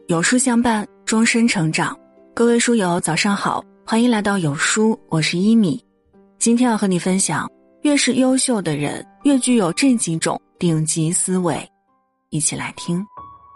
有书相伴，终身成长。各位书友早上好，欢迎来到有书，我是一米。今天要和你分享，越是优秀的人，越具有这几种顶级思维。一起来听。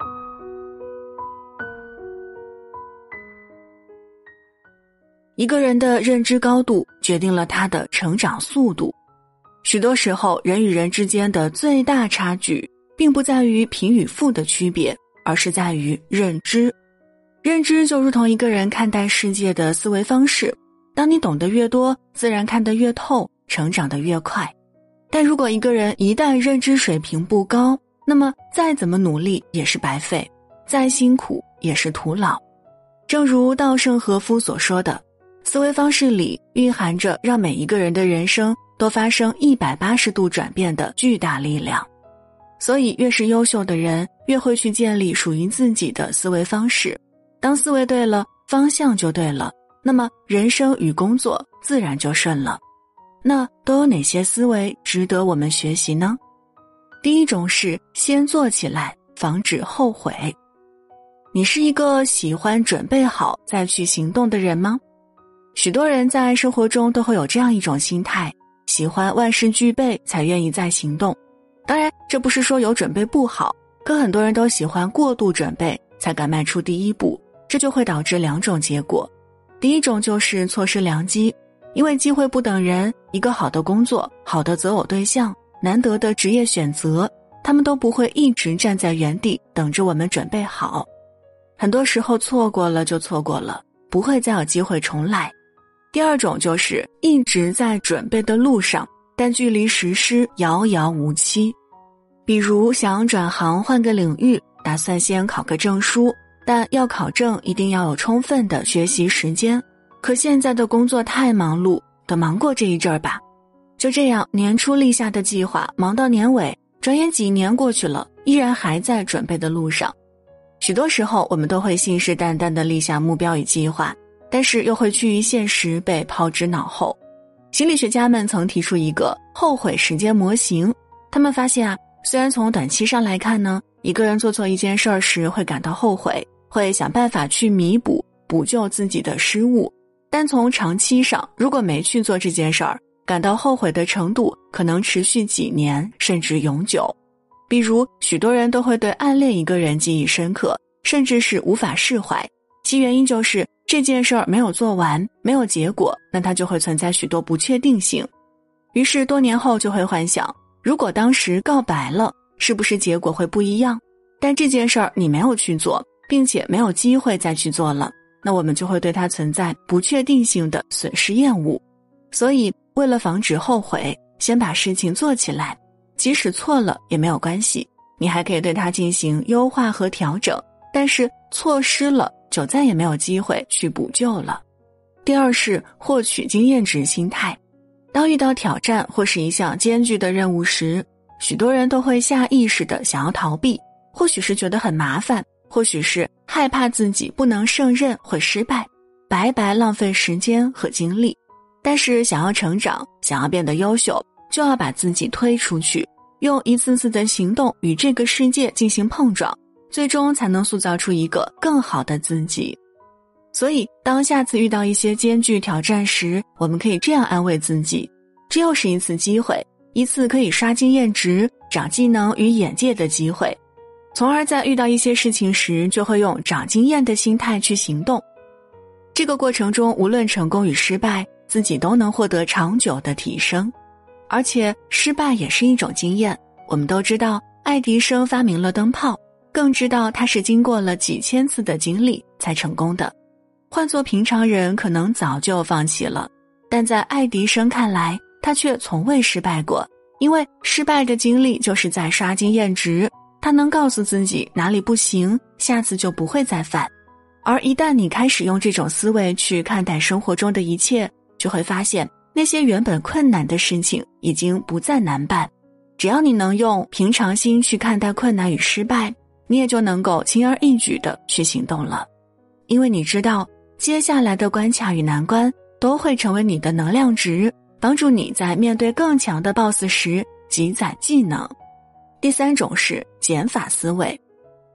一个人的认知高度决定了他的成长速度。许多时候，人与人之间的最大差距并不在于贫与富的区别，而是在于认知。认知就如同一个人看待世界的思维方式，当你懂得越多，自然看得越透，成长得越快。但如果一个人一旦认知水平不高，那么再怎么努力也是白费，再辛苦也是徒劳。正如稻盛和夫所说的，思维方式里蕴含着让每一个人的人生都发生180度转变的巨大力量。所以越是优秀的人，越会去建立属于自己的思维方式。当思维对了，方向就对了，那么人生与工作自然就顺了。那都有哪些思维值得我们学习呢？第一种是先做起来，防止后悔。你是一个喜欢准备好再去行动的人吗？许多人在生活中都会有这样一种心态，喜欢万事俱备才愿意再行动。当然，这不是说有准备不好，可很多人都喜欢过度准备才敢迈出第一步，这就会导致两种结果。第一种就是错失良机，因为机会不等人，一个好的工作、好的择偶对象、难得的职业选择，他们都不会一直站在原地等着我们准备好。很多时候错过了就错过了，不会再有机会重来。第二种就是一直在准备的路上，但距离实施遥遥无期。比如想转行换个领域，打算先考个证书，但要考证一定要有充分的学习时间。可现在的工作太忙碌，等忙过这一阵儿吧。就这样，年初立下的计划，忙到年尾，转眼几年过去了，依然还在准备的路上。许多时候，我们都会信誓旦旦地立下目标与计划，但是又会趋于现实，被抛之脑后。心理学家们曾提出一个后悔时间模型，他们发现虽然从短期上来看呢，一个人做错一件事儿时会感到后悔，会想办法去弥补、补救自己的失误，但从长期上，如果没去做这件事儿，感到后悔的程度可能持续几年，甚至永久。比如，许多人都会对暗恋一个人记忆深刻，甚至是无法释怀，其原因就是这件事儿没有做完，没有结果，那它就会存在许多不确定性。于是多年后就会幻想，如果当时告白了，是不是结果会不一样？但这件事儿你没有去做，并且没有机会再去做了，那我们就会对它存在不确定性的损失厌恶。所以为了防止后悔，先把事情做起来，即使错了也没有关系，你还可以对它进行优化和调整，但是错失了就再也没有机会去补救了。第二是获取经验值心态。当遇到挑战或是一项艰巨的任务时，许多人都会下意识地想要逃避，或许是觉得很麻烦，或许是害怕自己不能胜任会失败，白白浪费时间和精力。但是想要成长，想要变得优秀，就要把自己推出去，用一次次的行动与这个世界进行碰撞，最终才能塑造出一个更好的自己。所以当下次遇到一些艰巨挑战时，我们可以这样安慰自己，这又是一次机会，一次可以刷经验值、长技能与眼界的机会，从而在遇到一些事情时，就会用长经验的心态去行动。这个过程中，无论成功与失败，自己都能获得长久的提升。而且失败也是一种经验，我们都知道爱迪生发明了灯泡，更知道他是经过了几千次的经历才成功的。换作平常人可能早就放弃了，但在爱迪生看来，他却从未失败过，因为失败的经历就是在刷经验值，他能告诉自己哪里不行，下次就不会再犯。而一旦你开始用这种思维去看待生活中的一切，就会发现那些原本困难的事情已经不再难办。只要你能用平常心去看待困难与失败，你也就能够轻而易举地去行动了。因为你知道接下来的关卡与难关都会成为你的能量值，帮助你在面对更强的 BOSS 时积攒技能。第三种是减法思维。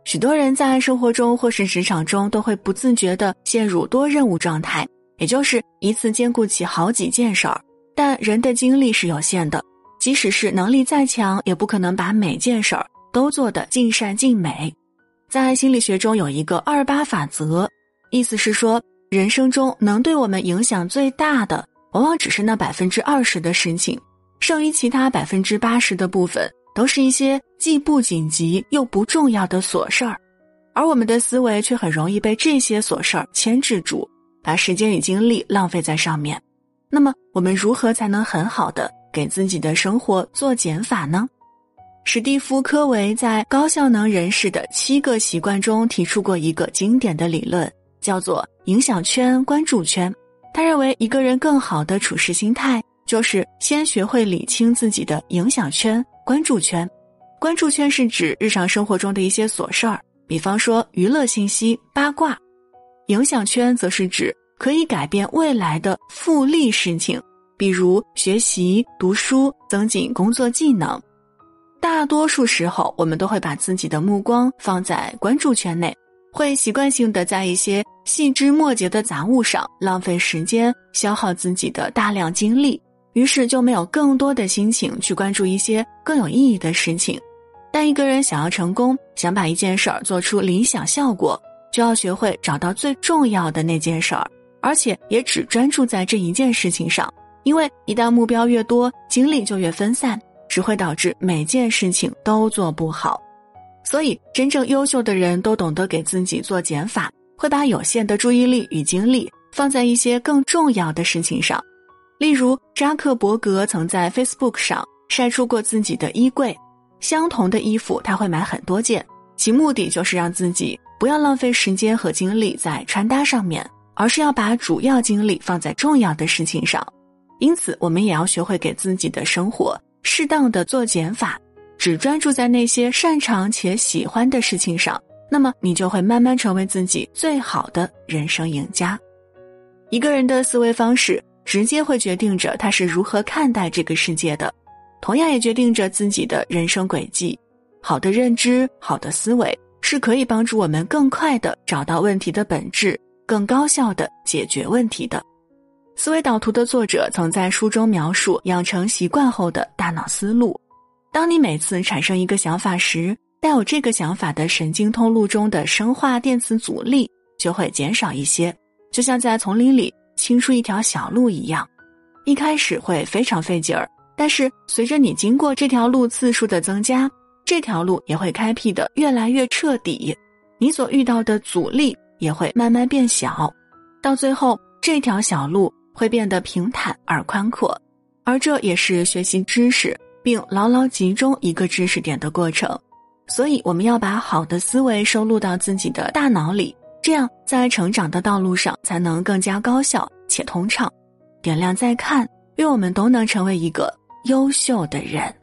许多人在生活中或是职场中都会不自觉地陷入多任务状态，也就是一次兼顾起好几件事儿。但人的精力是有限的，即使是能力再强，也不可能把每件事儿都做得尽善尽美。在心理学中有一个28法则，意思是说，人生中能对我们影响最大的，往往只是那 20% 的事情，剩余其他 80% 的部分都是一些既不紧急又不重要的琐事儿，而我们的思维却很容易被这些琐事儿牵制住，把时间与精力浪费在上面。那么我们如何才能很好的给自己的生活做减法呢？史蒂夫·科维在高效能人士的7个习惯中提出过一个经典的理论，叫做影响圈关注圈。他认为一个人更好的处事心态就是先学会理清自己的影响圈关注圈。关注圈是指日常生活中的一些琐事儿，比方说娱乐信息、八卦。影响圈则是指可以改变未来的复利事情，比如学习、读书、增进工作技能。大多数时候我们都会把自己的目光放在关注圈内，会习惯性的在一些细枝末节的杂物上浪费时间，消耗自己的大量精力，于是就没有更多的心情去关注一些更有意义的事情。但一个人想要成功，想把一件事儿做出理想效果，就要学会找到最重要的那件事儿，而且也只专注在这一件事情上，因为一旦目标越多，精力就越分散，只会导致每件事情都做不好。所以真正优秀的人都懂得给自己做减法，会把有限的注意力与精力放在一些更重要的事情上。例如扎克伯格曾在 Facebook 上晒出过自己的衣柜，相同的衣服他会买很多件，其目的就是让自己不要浪费时间和精力在穿搭上面，而是要把主要精力放在重要的事情上。因此我们也要学会给自己的生活适当的做减法，只专注在那些擅长且喜欢的事情上，那么你就会慢慢成为自己最好的人生赢家。一个人的思维方式直接会决定着他是如何看待这个世界的，同样也决定着自己的人生轨迹。好的认知，好的思维是可以帮助我们更快地找到问题的本质，更高效地解决问题的。思维导图的作者曾在书中描述养成习惯后的大脑思路。当你每次产生一个想法时，带有这个想法的神经通路中的生化电磁阻力就会减少一些，就像在丛林里清出一条小路一样。一开始会非常费劲儿，但是随着你经过这条路次数的增加，这条路也会开辟得越来越彻底，你所遇到的阻力也会慢慢变小，到最后这条小路会变得平坦而宽阔。而这也是学习知识并牢牢集中一个知识点的过程。所以我们要把好的思维收录到自己的大脑里，这样在成长的道路上才能更加高效且通畅。点亮再看，愿我们都能成为一个优秀的人。